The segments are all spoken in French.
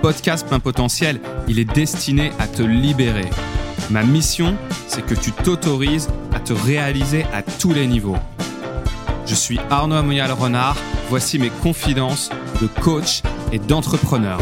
podcast Plein Potentiel, il est destiné à te libérer. Ma mission, c'est que tu t'autorises à te réaliser à tous les niveaux. Je suis Arnaud Amoyal-Renard, voici mes confidences de coach et d'entrepreneur.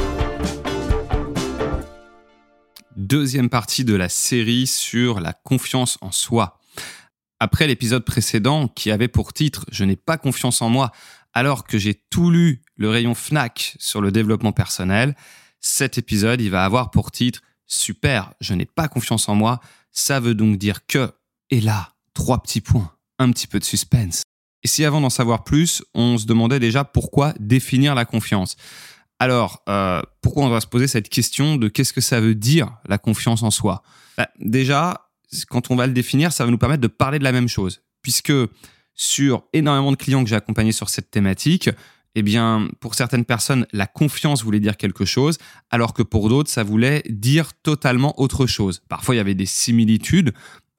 Deuxième partie de la série sur la confiance en soi. Après l'épisode précédent qui avait pour titre « Je n'ai pas confiance en moi » alors que j'ai tout lu le rayon Fnac sur le développement personnel, cet épisode il va avoir pour titre « Super, je n'ai pas confiance en moi, ça veut donc dire que… » Et là, 3 petits points, un petit peu de suspense. Et si avant d'en savoir plus, on se demandait déjà pourquoi définir la confiance. Alors, pourquoi on doit se poser cette question de qu'est-ce que ça veut dire la confiance en soi ? Déjà, quand on va le définir, ça va nous permettre de parler de la même chose. Puisque sur énormément de clients que j'ai accompagnés sur cette thématique, eh bien, pour certaines personnes, la confiance voulait dire quelque chose, alors que pour d'autres, ça voulait dire totalement autre chose. Parfois, il y avait des similitudes,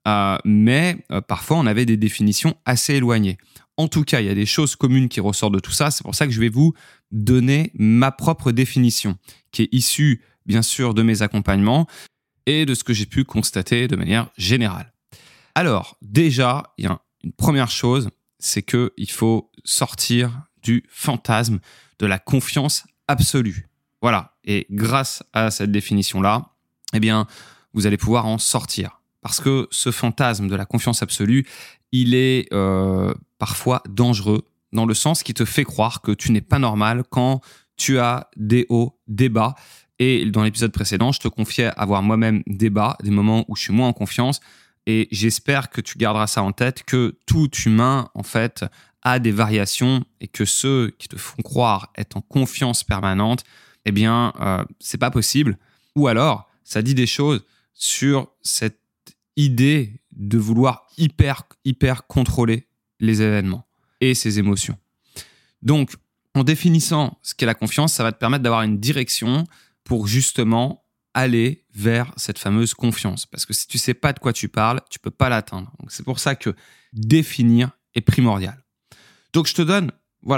mais parfois, on avait des définitions assez éloignées. En tout cas, il y a des choses communes qui ressortent de tout ça. C'est pour ça que je vais vous donner ma propre définition, qui est issue, bien sûr, de mes accompagnements et de ce que j'ai pu constater de manière générale. Alors, déjà, il y a une première chose, c'est qu'il faut sortir du fantasme de la confiance absolue. Voilà. Et grâce à cette définition-là, eh bien, vous allez pouvoir en sortir. Parce que ce fantasme de la confiance absolue, il est parfois dangereux dans le sens qui te fait croire que tu n'es pas normal quand tu as des hauts, des bas. Et dans l'épisode précédent, je te confiais avoir moi-même des bas, des moments où je suis moins en confiance. Et j'espère que tu garderas ça en tête, que tout humain, en fait, a des variations et que ceux qui te font croire être en confiance permanente, eh bien, c'est pas possible. Ou alors, ça dit des choses sur cette idée de vouloir hyper contrôler les événements et ses émotions. Donc, en définissant ce qu'est la confiance, ça va te permettre d'avoir une direction pour justement aller vers cette fameuse confiance. Parce que si tu ne sais pas de quoi tu parles, tu ne peux pas l'atteindre. Donc, c'est pour ça que définir est primordial. Donc, je te donne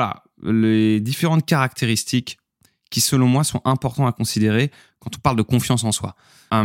les différentes caractéristiques qui, selon moi, sont importantes à considérer quand on parle de confiance en soi.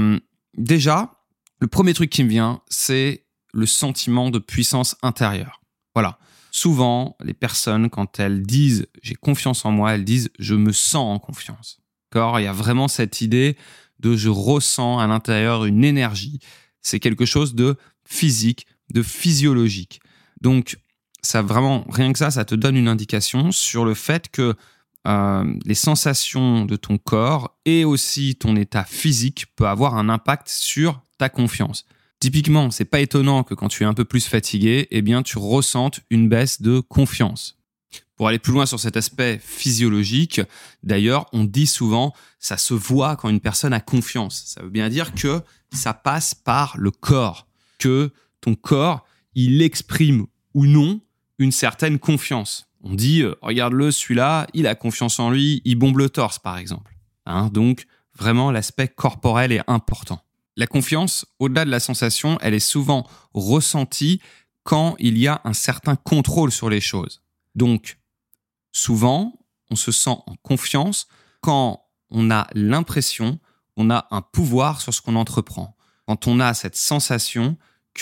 Déjà, le premier truc qui me vient, c'est le sentiment de puissance intérieure. Voilà. Souvent, les personnes, quand elles disent « j'ai confiance en moi », elles disent « je me sens en confiance ». D'accord ? Il y a vraiment cette idée de « je ressens à l'intérieur une énergie ». C'est quelque chose de physique, de physiologique. Donc, ça vraiment, rien que ça te donne une indication sur le fait que les sensations de ton corps et aussi ton état physique peut avoir un impact sur ta confiance. Typiquement, c'est pas étonnant que quand tu es un peu plus fatigué, eh bien, tu ressentes une baisse de confiance. Pour aller plus loin sur cet aspect physiologique, d'ailleurs, on dit souvent, ça se voit quand une personne a confiance. Ça veut bien dire que ça passe par le corps, que ton corps, il exprime ou non une certaine confiance. On dit, regarde-le, celui-là, il a confiance en lui, il bombe le torse, par exemple. Donc, vraiment, l'aspect corporel est important. La confiance, au-delà de la sensation, elle est souvent ressentie quand il y a un certain contrôle sur les choses. Donc, souvent, on se sent en confiance quand on a l'impression qu'on a un pouvoir sur ce qu'on entreprend. Quand on a cette sensation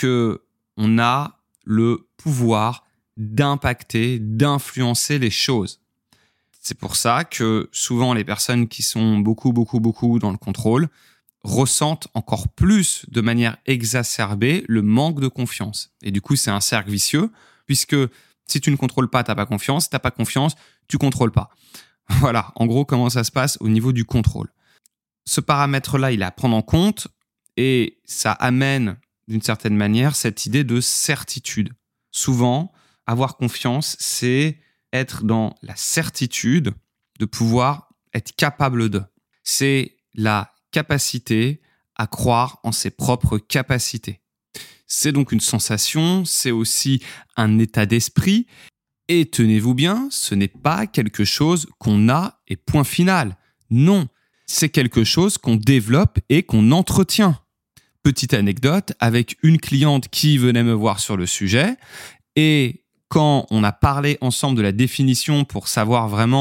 qu'on a le pouvoir d'impacter, d'influencer les choses. C'est pour ça que souvent les personnes qui sont beaucoup dans le contrôle ressentent encore plus de manière exacerbée le manque de confiance. Et du coup, c'est un cercle vicieux, puisque si tu ne contrôles pas, tu n'as pas confiance. Si tu n'as pas confiance, tu ne contrôles pas. Voilà, en gros, comment ça se passe au niveau du contrôle. Ce paramètre-là, il est à prendre en compte et ça amène, d'une certaine manière, cette idée de certitude. Souvent, avoir confiance, c'est être dans la certitude de pouvoir être capable de. C'est la capacité à croire en ses propres capacités. C'est donc une sensation, c'est aussi un état d'esprit. Et tenez-vous bien, ce n'est pas quelque chose qu'on a et point final. Non, c'est quelque chose qu'on développe et qu'on entretient. Petite anecdote, avec une cliente qui venait me voir sur le sujet, et quand on a parlé ensemble de la définition pour savoir vraiment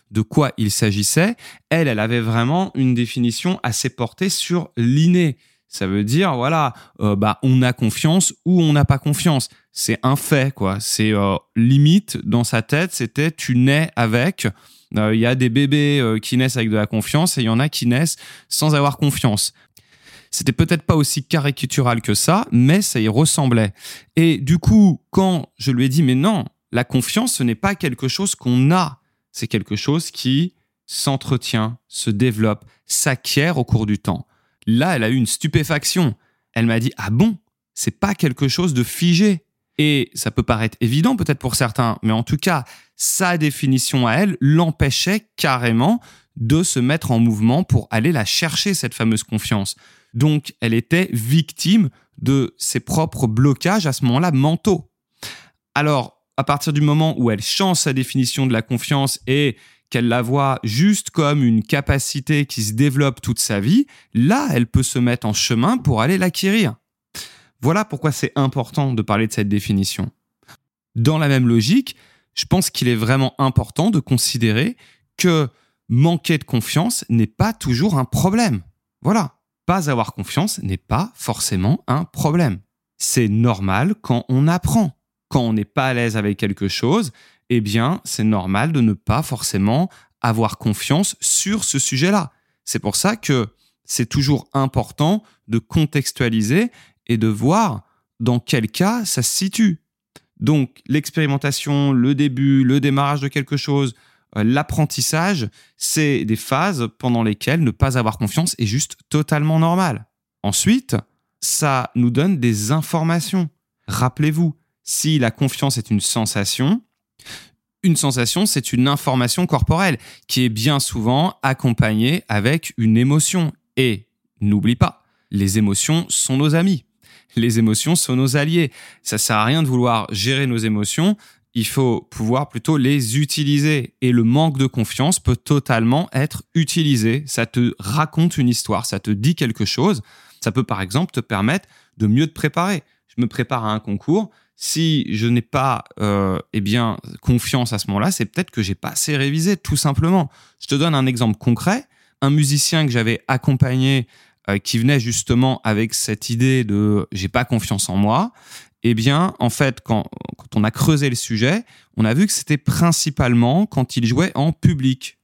de quoi il s'agissait, elle avait vraiment une définition assez portée sur l'inné. Ça veut dire, voilà, on a confiance ou on n'a pas confiance. C'est un fait, quoi. C'est limite, dans sa tête, c'était tu nais avec. Il y a des bébés qui naissent avec de la confiance et il y en a qui naissent sans avoir confiance. C'était peut-être pas aussi caricatural que ça, mais ça y ressemblait. Et du coup, quand je lui ai dit, mais non, la confiance, ce n'est pas quelque chose qu'on a. C'est quelque chose qui s'entretient, se développe, s'acquiert au cours du temps. Là, elle a eu une stupéfaction. Elle m'a dit, ah bon, c'est pas quelque chose de figé. Et ça peut paraître évident peut-être pour certains, mais en tout cas, sa définition à elle l'empêchait carrément de se mettre en mouvement pour aller la chercher, cette fameuse confiance. Donc, elle était victime de ses propres blocages à ce moment-là mentaux. Alors, à partir du moment où elle change sa définition de la confiance et qu'elle la voit juste comme une capacité qui se développe toute sa vie, là, elle peut se mettre en chemin pour aller l'acquérir. Voilà pourquoi c'est important de parler de cette définition. Dans la même logique, je pense qu'il est vraiment important de considérer que manquer de confiance n'est pas toujours un problème. Voilà, pas avoir confiance n'est pas forcément un problème. C'est normal quand on apprend. Quand on n'est pas à l'aise avec quelque chose, eh bien, c'est normal de ne pas forcément avoir confiance sur ce sujet-là. C'est pour ça que c'est toujours important de contextualiser et de voir dans quel cas ça se situe. Donc, l'expérimentation, le début, le démarrage de quelque chose, l'apprentissage, c'est des phases pendant lesquelles ne pas avoir confiance est juste totalement normal. Ensuite, ça nous donne des informations. Rappelez-vous, si la confiance est une sensation, c'est une information corporelle qui est bien souvent accompagnée avec une émotion. Et n'oublie pas, les émotions sont nos amis. Les émotions sont nos alliés. Ça sert à rien de vouloir gérer nos émotions. Il faut pouvoir plutôt les utiliser. Et le manque de confiance peut totalement être utilisé. Ça te raconte une histoire, ça te dit quelque chose. Ça peut par exemple te permettre de mieux te préparer. Je me prépare à un concours. Si je n'ai pas confiance à ce moment-là, c'est peut-être que j'ai pas assez révisé, tout simplement. Je te donne un exemple concret. Un musicien que j'avais accompagné qui venait justement avec cette idée de « j'ai pas confiance en moi », eh bien, en fait, quand on a creusé le sujet, on a vu que c'était principalement quand il jouait en public.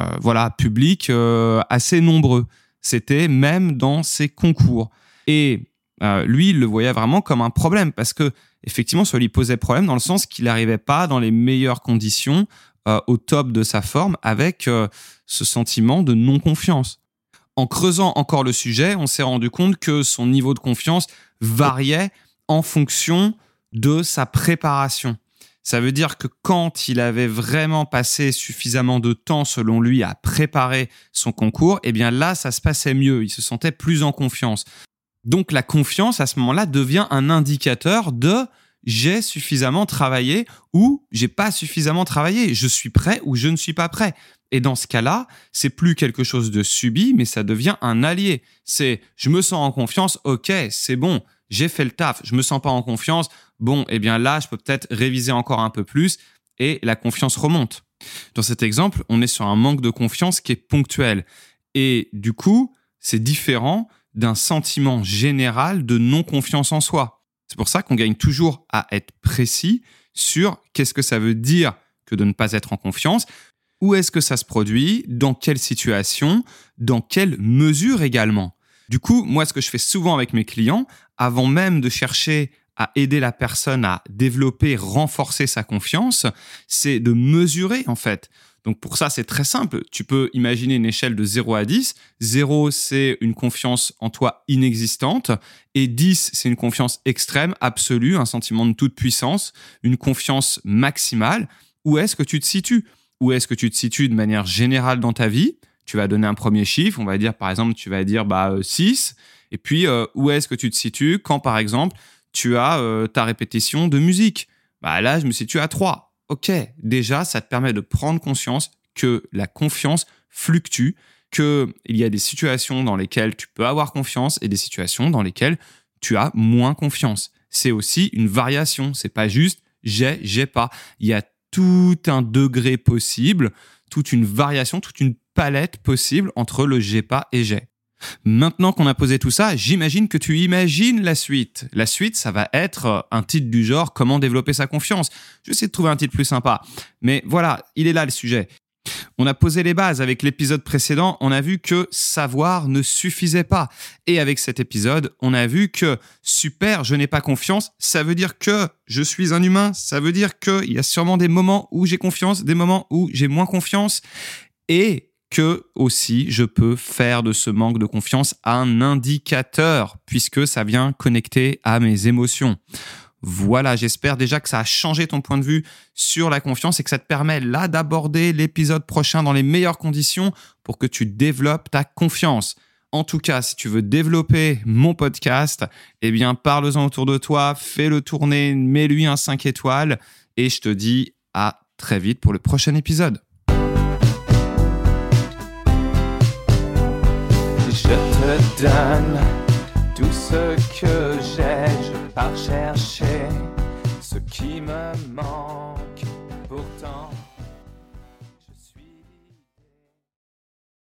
Public assez nombreux. C'était même dans ses concours. Et lui, il le voyait vraiment comme un problème parce que effectivement, ça lui posait problème dans le sens qu'il n'arrivait pas dans les meilleures conditions au top de sa forme avec ce sentiment de non-confiance. En creusant encore le sujet, on s'est rendu compte que son niveau de confiance variait en fonction de sa préparation. Ça veut dire que quand il avait vraiment passé suffisamment de temps, selon lui, à préparer son concours, eh bien là, ça se passait mieux. Il se sentait plus en confiance. Donc la confiance, à ce moment-là, devient un indicateur de « j'ai suffisamment travaillé » ou « j'ai pas suffisamment travaillé », « je suis prêt » ou « je ne suis pas prêt ». Et dans ce cas-là, c'est plus quelque chose de subi, mais ça devient un allié. C'est « je me sens en confiance, ok, c'est bon, j'ai fait le taf, je me sens pas en confiance, bon, eh bien là, je peux peut-être réviser encore un peu plus » et la confiance remonte. Dans cet exemple, on est sur un manque de confiance qui est ponctuel. Et du coup, c'est différent d'un sentiment général de non-confiance en soi. C'est pour ça qu'on gagne toujours à être précis sur qu'est-ce que ça veut dire que de ne pas être en confiance, où est-ce que ça se produit, dans quelle situation, dans quelle mesure également. Du coup, moi, ce que je fais souvent avec mes clients, avant même de chercher à aider la personne à développer, renforcer sa confiance, c'est de mesurer en fait. Donc pour ça, c'est très simple. Tu peux imaginer une échelle de 0 à 10. 0, c'est une confiance en toi inexistante. Et 10, c'est une confiance extrême, absolue, un sentiment de toute puissance, une confiance maximale. Où est-ce que tu te situes ? Où est-ce que tu te situes de manière générale dans ta vie ? Tu vas donner un premier chiffre. On va dire, par exemple, tu vas dire 6. Et puis, où est-ce que tu te situes quand, par exemple, tu as ta répétition de musique ? Là, je me situe à 3. Ok, déjà, ça te permet de prendre conscience que la confiance fluctue, qu'il y a des situations dans lesquelles tu peux avoir confiance et des situations dans lesquelles tu as moins confiance. C'est aussi une variation. C'est pas juste j'ai pas. Il y a tout un degré possible. toute une variation, toute une palette possible entre le j'ai pas et j'ai. Maintenant qu'on a posé tout ça, j'imagine que tu imagines la suite. La suite, ça va être un titre du genre « Comment développer sa confiance ». Je vais essayer de trouver un titre plus sympa. Mais voilà, il est là le sujet. On a posé les bases avec l'épisode précédent, on a vu que savoir ne suffisait pas. Et avec cet épisode, on a vu que super, je n'ai pas confiance, ça veut dire que je suis un humain, ça veut dire qu'il y a sûrement des moments où j'ai confiance, des moments où j'ai moins confiance et que aussi je peux faire de ce manque de confiance un indicateur puisque ça vient connecter à mes émotions. Voilà, j'espère déjà que ça a changé ton point de vue sur la confiance et que ça te permet là d'aborder l'épisode prochain dans les meilleures conditions pour que tu développes ta confiance. En tout cas, si tu veux développer mon podcast, eh bien, parle-en autour de toi, fais-le tourner, mets-lui un 5 étoiles et je te dis à très vite pour le prochain épisode. Je te donne tout ce que j'ai, je pars chercher ce qui me manque.